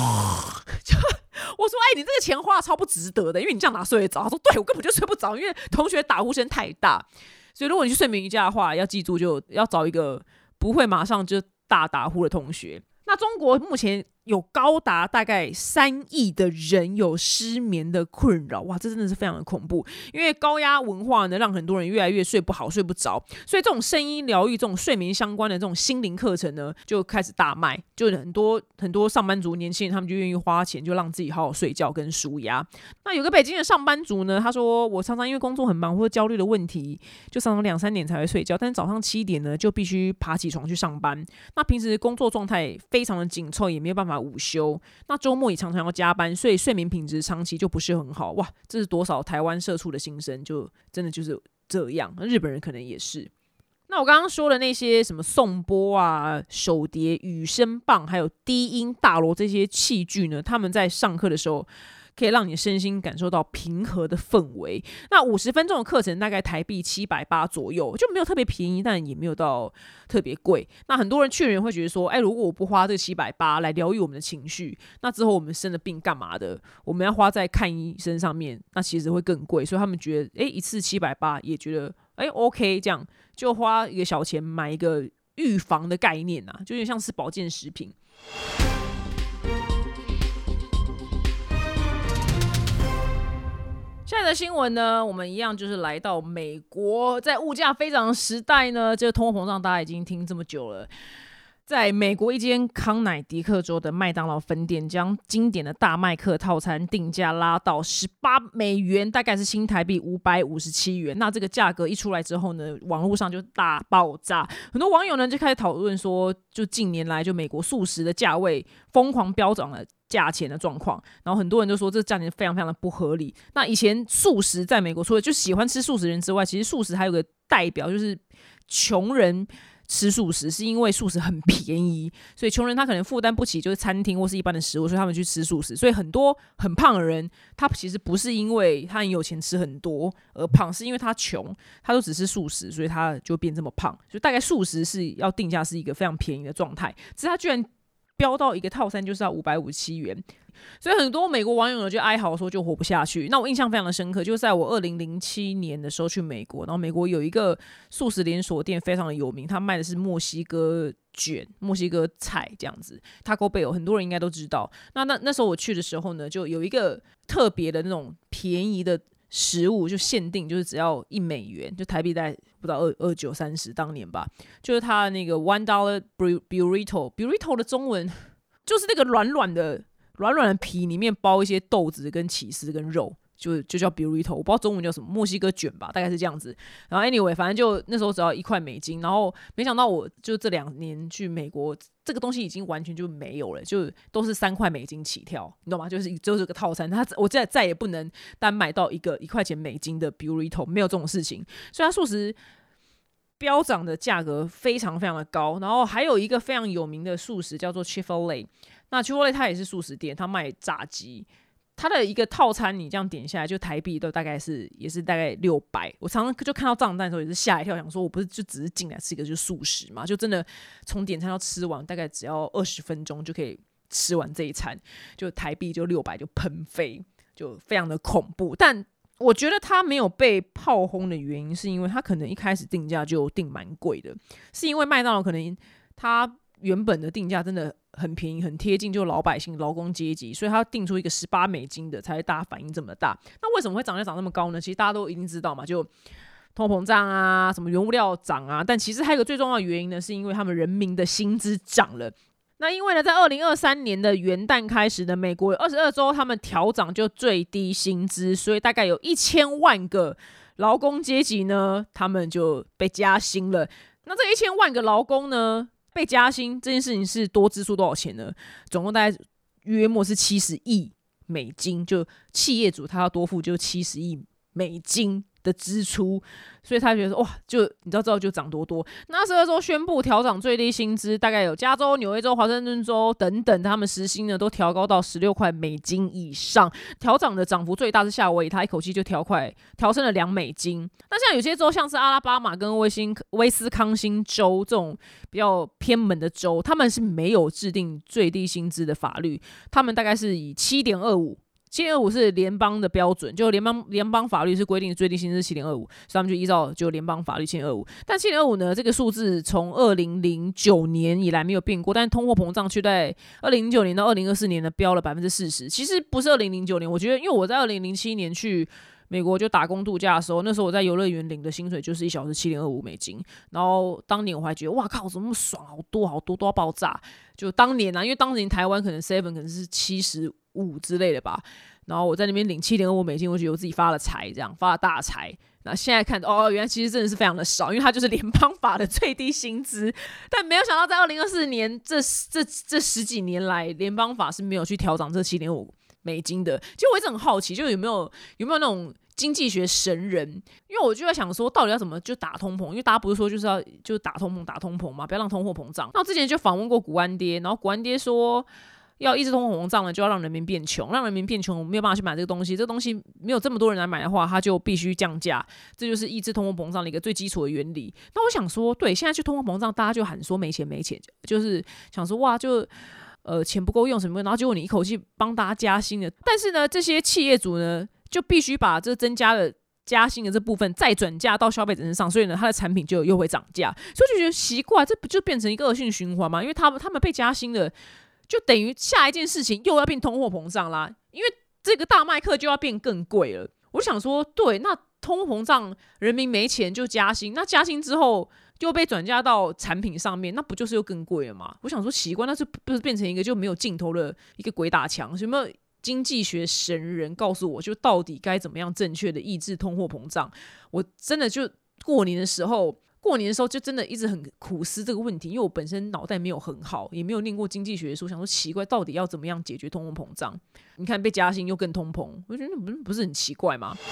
我说你这个钱花超不值得的，因为你这样哪睡得着？他说对，我根本就睡不着，因为同学打呼声太大。所以如果你去睡眠瑜伽的话，要记住就要找一个不会马上就大打呼的同学。那中国目前有高达大概3亿的人有失眠的困扰，哇，这真的是非常的恐怖。因为高压文化呢，让很多人越来越睡不好、睡不着，所以这种声音疗愈、这种睡眠相关的这种心灵课程呢，就开始大卖。就很多上班族、年轻人，他们就愿意花钱，就让自己好好睡觉跟舒压。那有个北京的上班族呢，他说：“我常常因为工作很忙或者焦虑的问题，就常常2-3点才会睡觉，但是早上7点呢，就必须爬起床去上班。那平时工作状态非常的紧凑，也没有办法午休。那周末也常常要加班，所以睡眠品质长期就不是很好。哇，这是多少台湾社畜的心声，就真的就是这样。日本人可能也是。那我刚刚说的那些什么颂钵啊、手碟、羽声棒，还有低音大锣这些器具呢，他们在上课的时候可以让你身心感受到平和的氛围。那50分钟的课程大概台币780左右，就没有特别便宜，但也没有到特别贵。那很多人去的人会觉得说，如果我不花这个780来疗愈我们的情绪，那之后我们生了病干嘛的？我们要花在看医生上面，那其实会更贵。所以他们觉得，一次780也觉得OK， 这样就花一个小钱买一个预防的概念啊，就有点像是保健食品。现在的新闻呢，我们一样就是来到美国，在物价飞涨的时代呢，这个通货膨胀大家已经听这么久了。在美国一间康乃狄克州的麦当劳分店，将经典的大麦克套餐定价拉到$18，大概是新台币557元。那这个价格一出来之后呢，网络上就大爆炸，很多网友呢就开始讨论说，就近年来就美国速食的价位疯狂飙涨了价钱的状况，然后很多人都说这价钱非常非常的不合理。那以前素食在美国除了就喜欢吃素食人之外，其实素食还有个代表就是穷人吃素食，是因为素食很便宜，所以穷人他可能负担不起就是餐厅或是一般的食物，所以他们去吃素食。所以很多很胖的人，他其实不是因为他很有钱吃很多而胖，是因为他穷，他都只是素食，所以他就变这么胖。所以大概素食是要定价是一个非常便宜的状态，只是他居然飙到一个套餐就是要557元。所以很多美国网友呢就哀嚎说就活不下去。那我印象非常的深刻，就是在我2007年的时候去美国，然后美国有一个素食连锁店非常的有名，他卖的是墨西哥卷、墨西哥菜这样子 ，Taco Bell 很多人应该都知道。那时候我去的时候呢，就有一个特别的那种便宜的食物，就限定就是只要$1，就台币大概不到29、30当年吧，就是它那个$1 burrito 的中文就是那个软软的皮里面包一些豆子跟起司跟肉，就叫 burrito， 我不知道中文叫什么，墨西哥卷吧，大概是这样子。然后 anyway， 反正就那时候只要$1，然后没想到我就这2年去美国，这个东西已经完全就没有了，就都是$3起跳，你懂吗？就是个套餐，我再也不能单买到一个$1的 burrito， 没有这种事情，所以它素食飙涨的价格非常非常的高。然后还有一个非常有名的素食叫做 Chick-fil-A， 那 Chick-fil-A 它也是素食店，它卖炸鸡，它的一个套餐你这样点下来就台币都大概也是大概600。我常常就看到账单的时候也是吓一跳，想说我不是就只是进来吃一个就是素食嘛，就真的从点餐到吃完大概只要20分钟就可以吃完这一餐，就台币就600就喷飞，就非常的恐怖。但我觉得它没有被炮轰的原因是因为它可能一开始定价就定蛮贵的，是因为麦当劳可能它原本的定价真的很便宜，很贴近就老百姓劳工阶级，所以它定出一个$18的，才会大家反应这么大。那为什么会涨价涨那么高呢？其实大家都一定知道嘛，就通货膨胀啊，什么原物料涨啊，但其实还有一个最重要的原因呢，是因为他们人民的薪资涨了。那因为呢，在2023年的元旦开始呢，美国有22州他们调涨就最低薪资，所以大概有1000万个劳工阶级呢，他们就被加薪了。那这1000万个劳工呢，被加薪这件事情是多支出多少钱呢？总共大概约莫是$70亿，就企业主他要多付就$70亿的支出，所以他觉得哇，就你知道就涨多。那12州宣布调涨最低薪资，大概有加州、纽约州、华盛顿州等等，他们时薪呢都调高到$16以上。调涨的涨幅最大是夏威夷，他一口气就调升了$2。那像有些州，像是阿拉巴马跟威斯康星州这种比较偏门的州，他们是没有制定最低薪资的法律，他们大概是以7.25是联邦的标准，就联邦法律是规定最低薪资是7.25，所以他们就依照就联邦法律7.25。但7.25呢，这个数字从2009年以来没有变过，但通货膨胀却在2009年到2024年呢飙了40%。其实不是2009年，我觉得因为我在2007年去美国就打工度假的时候，那时候我在游乐园领的薪水就是1小时$7.25，然后当年我还觉得哇靠，怎么那么爽，好多都要爆炸。就当年啊，因为当年台湾可能 7 可能是75之类的吧，然后我在那边领$7.25，我觉得我自己发了大财。那现在看原来其实真的是非常的少，因为它就是联邦法的最低薪资。但没有想到在2024年这10几年来，联邦法是没有去调涨这$7.25的。其实我一直很好奇，就有没有那种经济学神人，因为我就在想说，到底要怎么就打通膨？因为大家不是说就是要就打通膨嘛，不要让通货膨胀。那我之前就访问过古安爹，然后古安爹说，要抑制通货膨胀呢，就要让人民变穷，让人民变穷没有办法去买这个东西，这个东西没有这么多人来买的话，它就必须降价，这就是抑制通货膨胀的一个最基础的原理。那我想说，对，现在去通货膨胀，大家就喊说没钱，就是想说哇，就钱不够用什么，然后结果你一口气帮大家加薪了，但是呢，这些企业主呢，就必须把这增加了加薪的这部分再转嫁到消费者身上，所以呢，他的产品就又会涨价，所以就觉得奇怪，这不就变成一个恶性循环吗？因为他们被加薪了，就等于下一件事情又要变通货膨胀啦，因为这个大麦克就要变更贵了。我想说，对，那通货膨胀，人民没钱就加薪，那加薪之后就被转嫁到产品上面，那不就是又更贵了吗？我想说奇怪，那是不是变成一个就没有尽头的一个鬼打墙？有没有经济学神人告诉我，就到底该怎么样正确的抑制通货膨胀？我真的就过年的时候就真的一直很苦思这个问题，因为我本身脑袋没有很好，也没有念过经济学书，想说奇怪，到底要怎么样解决通货膨胀？你看被加薪又更通膨，我觉得那不是很奇怪吗？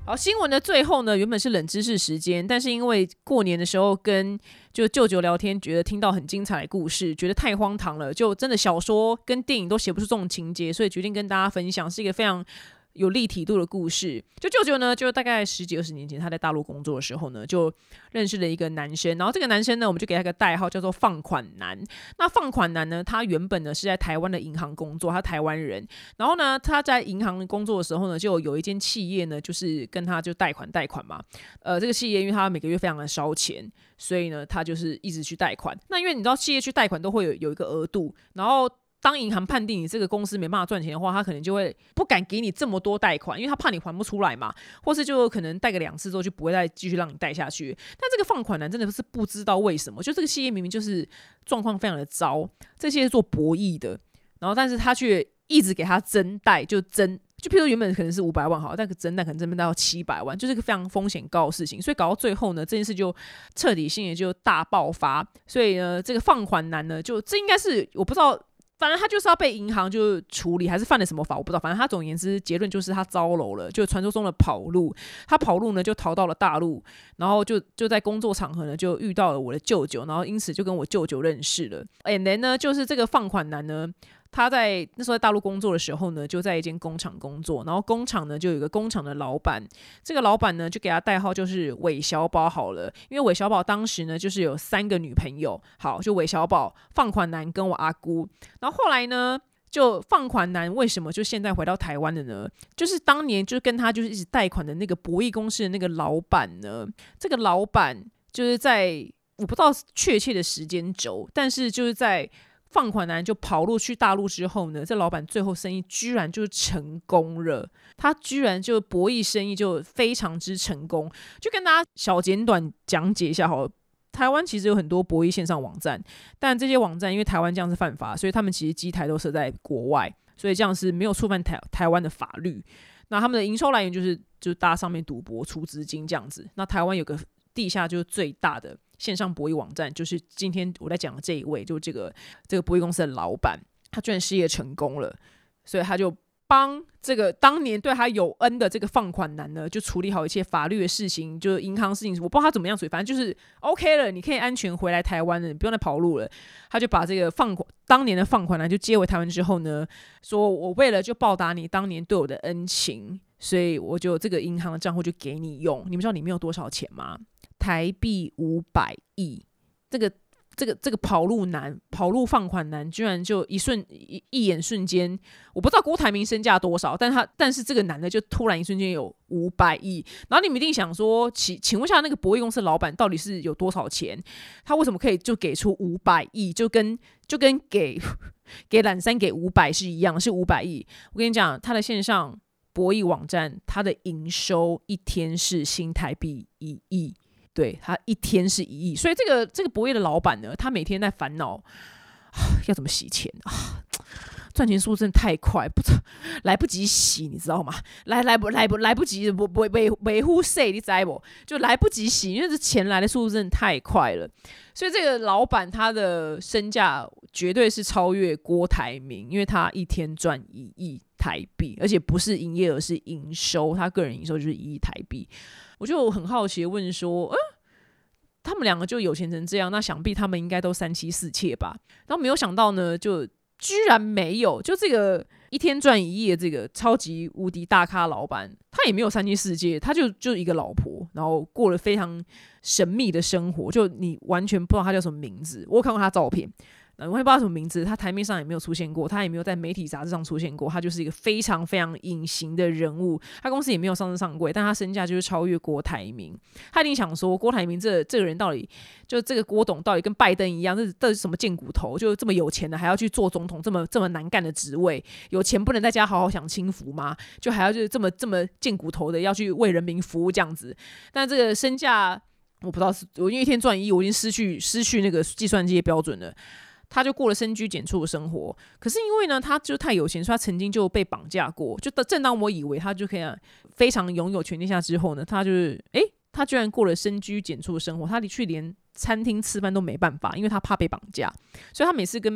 好，新闻的最后呢，原本是冷知识时间，但是因为过年的时候跟就舅舅聊天，觉得听到很精彩的故事，觉得太荒唐了，就真的小说跟电影都写不出这种情节，所以决定跟大家分享，是一个非常有立体度的故事。就舅舅呢，就大概10几20年前，他在大陆工作的时候呢，就认识了一个男生，然后这个男生呢，我们就给他一个代号叫做放款男。那放款男呢，他原本呢是在台湾的银行工作，他台湾人。然后呢，他在银行工作的时候呢，就有一间企业呢，就是跟他就贷款嘛。这个企业因为他每个月非常的烧钱，所以呢，他就是一直去贷款。那因为你知道，企业去贷款都会有一个额度，然后当银行判定你这个公司没办法赚钱的话，他可能就会不敢给你这么多贷款，因为他怕你还不出来嘛，或是就可能贷个2次之后就不会再继续让你贷下去。但这个放款男真的是不知道为什么，就这个企业明明就是状况非常的糟，这企业是做博弈的，然后但是他却一直给他增贷，就譬如说原本可能是500万好，但增贷可能增到700万，就是一个非常风险高的事情。所以搞到最后呢，这件事就彻底性的就大爆发。所以呢，这个放款男呢，就这应该是我不知道。反正他就是要被银行就处理，还是犯了什么法我不知道。反正他总而言之结论就是他遭楼了，就传说中的跑路。他跑路呢就逃到了大陆，然后就在工作场合呢就遇到了我的舅舅，然后因此就跟我舅舅认识了。And then 呢，就是这个放款男呢，他在那时候在大陆工作的时候呢，就在一间工厂工作，然后工厂呢就有一个工厂的老板，这个老板呢就给他代号就是韦小宝好了，因为韦小宝当时呢就是有3个女朋友，好，就韦小宝、放款男跟我阿姑，然后后来呢。就放款男为什么就现在回到台湾的呢？就是当年就跟他就是一直贷款的那个博弈公司的那个老板呢，这个老板就是在我不知道确切的时间轴，但是就是在放款男就跑路去大陆之后呢，这老板最后生意居然就成功了，他居然就博弈生意就非常之成功。就跟大家小简短讲解一下好了。台湾其实有很多博弈线上网站，但这些网站因为台湾这样是犯法，所以他们其实机台都设在国外，所以这样是没有触犯台湾的法律。那他们的营收来源就是大家上面赌博出资金这样子。那台湾有个地下就是最大的线上博弈网站，就是今天我在讲的这一位，就这个博弈公司的老板，他居然事业成功了，所以他就帮这个当年对他有恩的这个放款男呢，就处理好一切法律的事情，就是银行事情，我不知道他怎么样处理，反正就是 OK 了，你可以安全回来台湾了，你不用再跑路了。他就把这个当年的放款男就接回台湾之后呢，说我为了就报答你当年对我的恩情，所以我就这个银行的账户就给你用。你们知道里面有多少钱吗？台币500亿。这个跑路放款男，居然就一眼瞬间，我不知道郭台铭身价多少，但是这个男的就突然一瞬间有500亿，然后你们一定想说，请问一下那个博弈公司的老板到底是有多少钱？他为什么可以就给出500亿，就跟给懒山给500是一样，是500亿。我跟你讲，他的线上博弈网站，他的营收一天是新台币1亿。对，他一天是1亿，所以这个博弈的老板呢，他每天在烦恼要怎么洗钱啊，赚钱速度真的太快，来不及洗，你知道吗？来不及，维护谁你知不？就来不及洗，因为这钱来的速度真的太快了。所以这个老板他的身价绝对是超越郭台铭，因为他一天赚1亿台币，而且不是营业额是营收，他个人营收就是1亿台币。我就很好奇的问说，他们两个就有钱成这样，那想必他们应该都3妻4妾吧？然后没有想到呢，就居然没有，就这个一天赚1亿的这个超级无敌大咖老板，他也没有3妻4妾，他就一个老婆，然后过了非常神秘的生活，就你完全不知道他叫什么名字。我有看过他照片。我也不知道什么名字，他台面上也没有出现过，他也没有在媒体杂志上出现过，他就是一个非常非常隐形的人物。他公司也没有上市上柜，但他身价就是超越郭台铭。他一定想说，郭台铭这个人到底，就这个郭董到底跟拜登一样，这是什么贱骨头？就这么有钱的，还要去做总统这么难干的职位？有钱不能在家好好享清福吗？就还要就是这么贱骨头的要去为人民服务这样子？但这个身价我不知道，我因为一天赚1亿，我已经失去那个计算机的标准了。他就过了深居简出的生活，可是因为呢，他就太有钱，所以他曾经就被绑架过。就正当我以为他就可以非常拥有全天下之后呢，他居然过了深居简出的生活，他去连餐厅吃饭都没办法，因为他怕被绑架，所以他每次跟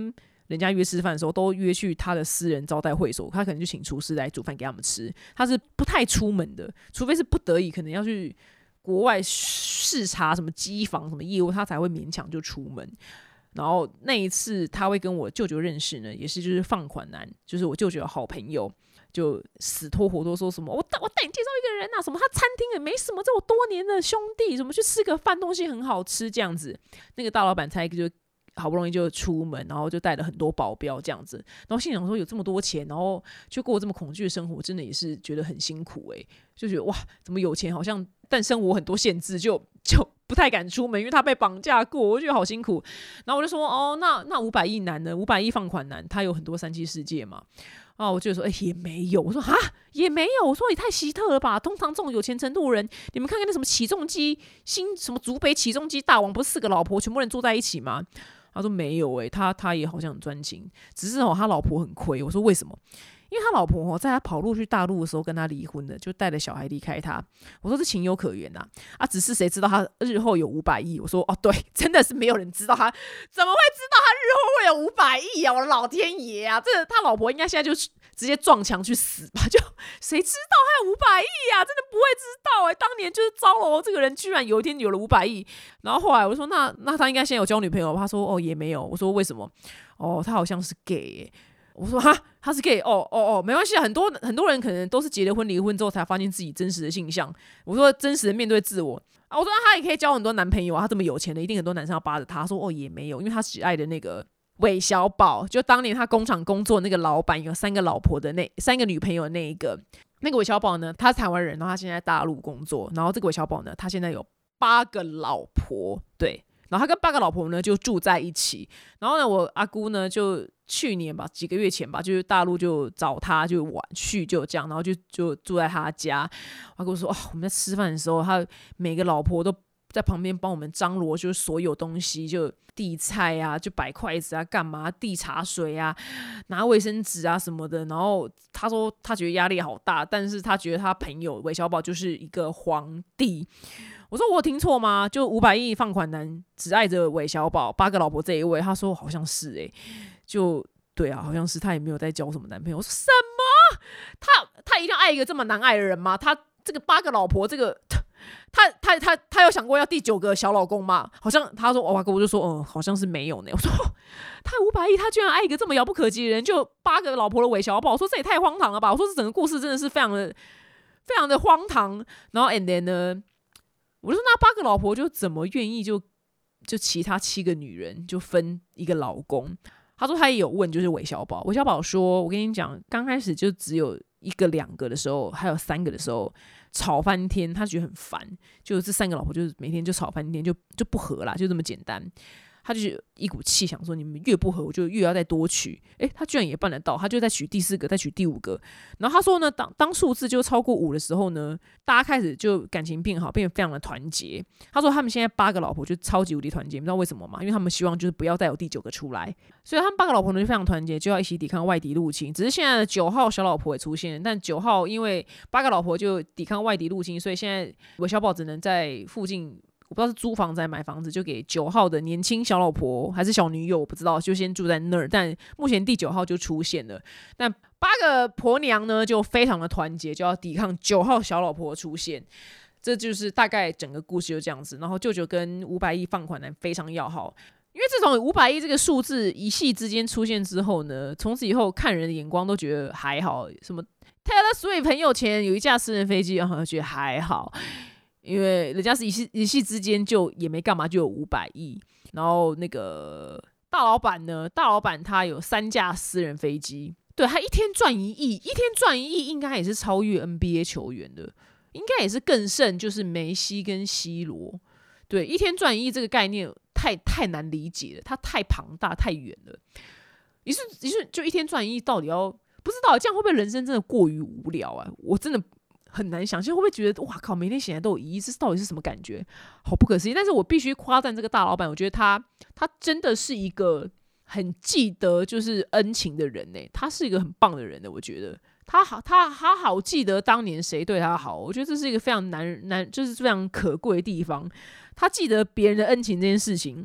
人家约吃饭的时候，都约去他的私人招待会所，他可能就请厨师来煮饭给他们吃。他是不太出门的，除非是不得已，可能要去国外视察什么机房、什么业务，他才会勉强就出门。然后那一次他会跟我舅舅认识呢，也是就是放款男，就是我舅舅的好朋友，就死拖活拖说什么我带你介绍一个人啊，什么他餐厅也没什么，这我多年的兄弟，什么去吃个饭东西很好吃这样子。那个大老板才就好不容易就出门，然后就带了很多保镖这样子，然后心想说有这么多钱，然后就过这么恐惧的生活，真的也是觉得很辛苦就觉得哇，怎么有钱好像，但生活很多限制，就不太敢出门，因为他被绑架过，我就觉得好辛苦。然后我就说那500亿男呢？500亿放款男，他有很多三妻世界嘛？我就说也没有。我说也没有。我说也太奇特了吧？通常这种有钱程度的人，你们看看那什么起重机什么竹北起重机大王，不是4个老婆全部人住在一起吗？他说没有他也好像很专情，只是他老婆很亏。我说为什么？因为他老婆在他跑路去大陆的时候跟他离婚了，就带了小孩离开他。我说这情有可原只是谁知道他日后有500亿？我说对，真的是没有人知道他怎么会知道他日后会有500亿啊！我的老天爷啊，这他老婆应该现在就直接撞墙去死吧？就谁知道他有500亿啊？真的不会知道当年就是糟了这个人居然有一天有了500亿。然后后来我说那他应该现在有交女朋友吧？他说也没有。我说为什么？他好像是 gay我说他是 gay 没关系很多人可能都是结了婚离婚之后才发现自己真实的性向。我说真实的面对自我我说他也可以交很多男朋友他这么有钱的，一定很多男生要扒着他。说也没有，因为他只爱的那个韦小宝，就当年他工厂工作那个老板有3个老婆的3个女朋友的那个韦小宝呢，他是台湾人，然后他现在在大陆工作，然后这个韦小宝呢，他现在有8个老婆，对。然后他跟8个老婆呢就住在一起，然后呢我阿姑呢就去年吧几个月前吧，就是大陆就找他就晚去就这样，然后就住在他家。阿姑说我们在吃饭的时候，他每个老婆都在旁边帮我们张罗，就是所有东西，就递菜啊，就摆筷子啊，干嘛递茶水啊，拿卫生纸啊什么的。然后他说他觉得压力好大，但是他觉得他朋友韦小宝就是一个皇帝。我说我有听错吗？就500亿放款男只爱着韦小宝8个老婆这一位。他说好像是就对好像是，他也没有在交什么男朋友。我说什么？他一定要爱一个这么难爱的人吗？他这个8个老婆，这个他有想过要第9个小老公吗？好像他说我就说好像是没有呢。我说他500亿，他居然爱一个这么遥不可及的人，就8个老婆的韦小宝。我说这也太荒唐了吧！我说这整个故事真的是非常的荒唐。然后 and then 呢？我就说那8个老婆就怎么愿意就其他7个女人就分一个老公？他说他也有问，就是韦小宝说，我跟你讲，刚开始就只有1个2个的时候，还有3个的时候吵翻天，他觉得很烦，就这3个老婆就是每天就吵翻天，就不合啦，就这么简单。他就一股气想说，你们越不合我就越要再多娶。他居然也办得到，他就再娶第4个，再娶第5个。然后他说呢，当数字就超过5的时候呢，大家开始就感情变好，变得非常的团结。他说他们现在8个老婆就超级无敌团结，你知道为什么吗？因为他们希望就是不要再有第9个出来，所以他们8个老婆呢就非常团结，就要一起抵抗外敌入侵。只是现在的9号小老婆也出现了，但9号因为8个老婆就抵抗外敌入侵，所以现在韦小宝只能在附近，我不知道是租房子还是买房子，就给9号的年轻小老婆还是小女友，我不知道，就先住在那儿。但目前第9号就出现了，但8个婆娘呢就非常的团结，就要抵抗9号小老婆出现。这就是大概整个故事就这样子。然后舅舅跟500亿放款男非常要好，因为自从500亿这个数字一夕之间出现之后呢，从此以后看人的眼光都觉得还好。什么 Taylor Swift 很有钱，有一架私人飞机，觉得还好。因为人家是一夕之间就也没干嘛就有500亿，然后那个大老板呢，他有3架私人飞机，对，他一天赚1亿，应该也是超越 NBA 球员的，应该也是更胜就是梅西跟 C 罗，对，一天赚1亿这个概念太难理解了，它太庞大太远了，于是就一天赚1亿，到底要不知道这样会不会人生真的过于无聊啊？我真的很难想象，会不会觉得哇靠，每天醒来都有1亿，这到底是什么感觉？好不可思议！但是我必须夸赞这个大老板，我觉得他真的是一个很记得就是恩情的人呢，他是一个很棒的人呢，我觉得他好记得当年谁对他好，我觉得这是一个非常难就是非常可贵的地方。他记得别人的恩情这件事情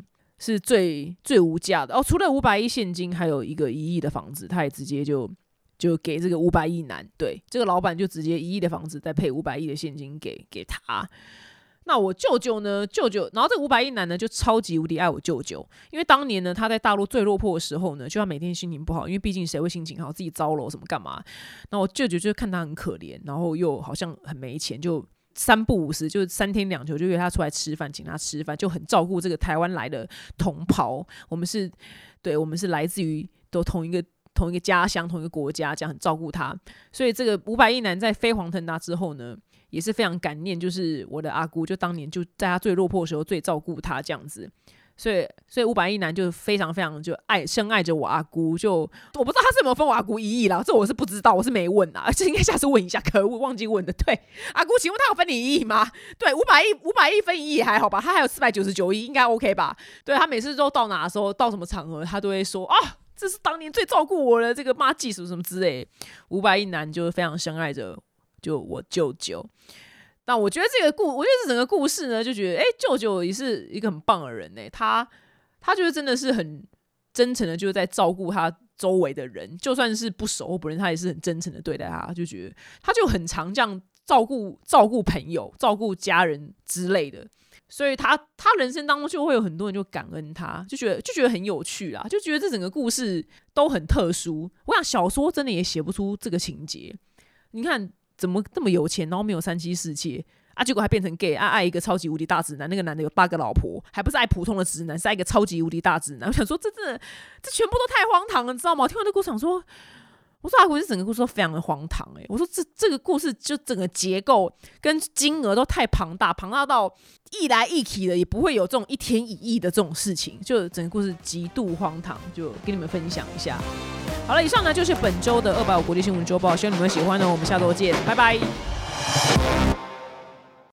是最无价的除了500亿现金，还有一个1亿的房子，他也直接就给这个500亿男，对，这个老板就直接1亿的房子再配500亿的现金给他。那我舅舅呢？然后这个500亿男呢，就超级无敌爱我舅舅，因为当年呢，他在大陆最落魄的时候呢，就他每天心情不好，因为毕竟谁会心情好，自己糟了什么干嘛？然后我舅舅就看他很可怜，然后又好像很没钱，就3不5时，就3天2头就约他出来吃饭，请他吃饭，就很照顾这个台湾来的同胞。我们是来自于都同一个家乡、同一个国家，这样很照顾他。所以这个500亿男在飞黄腾达之后呢，也是非常感念，就是我的阿姑，就当年就在他最落魄的时候最照顾他这样子。所以500亿男就非常非常就深爱着我阿姑，就我不知道他是有没有分我阿姑1亿啦，这我是不知道，我是没问啦，这应该下次问一下，可恶忘记问的。对，阿姑，请问他有分你1亿吗？对，500亿分1亿还好吧，他还有499亿，应该 OK 吧？对，他每次都到哪的时候，到什么场合，他都会说这是当年最照顾我的这个妈技术什么之类。500亿男就非常深爱着就我舅舅。那我觉得我觉得这整个故事呢，就觉得舅舅也是一个很棒的人他就是真的是很真诚的，就是在照顾他周围的人，就算是不熟或不认，他也是很真诚的对待他，就觉得他就很常这样照顾朋友、照顾家人之类的。所以他人生当中就会有很多人就感恩他，就觉得很有趣啦，就觉得这整个故事都很特殊。我想小说真的也写不出这个情节。你看怎么这么有钱，然后没有3妻4妾结果还变成 gay 爱一个超级无敌大直男，那个男的有8个老婆，还不是爱普通的直男，是爱一个超级无敌大直男。我想说这全部都太荒唐了，你知道吗？我听完这故事想说，我说阿古这整个故事都非常的荒唐我说这个故事就整个结构跟金额都太庞大到一来一去的，也不会有这种1天1亿的这种事情，就整个故事极度荒唐，就跟你们分享一下。好了，以上呢就是本周的250国际新闻周报，希望你们会喜欢我们下周见，拜拜。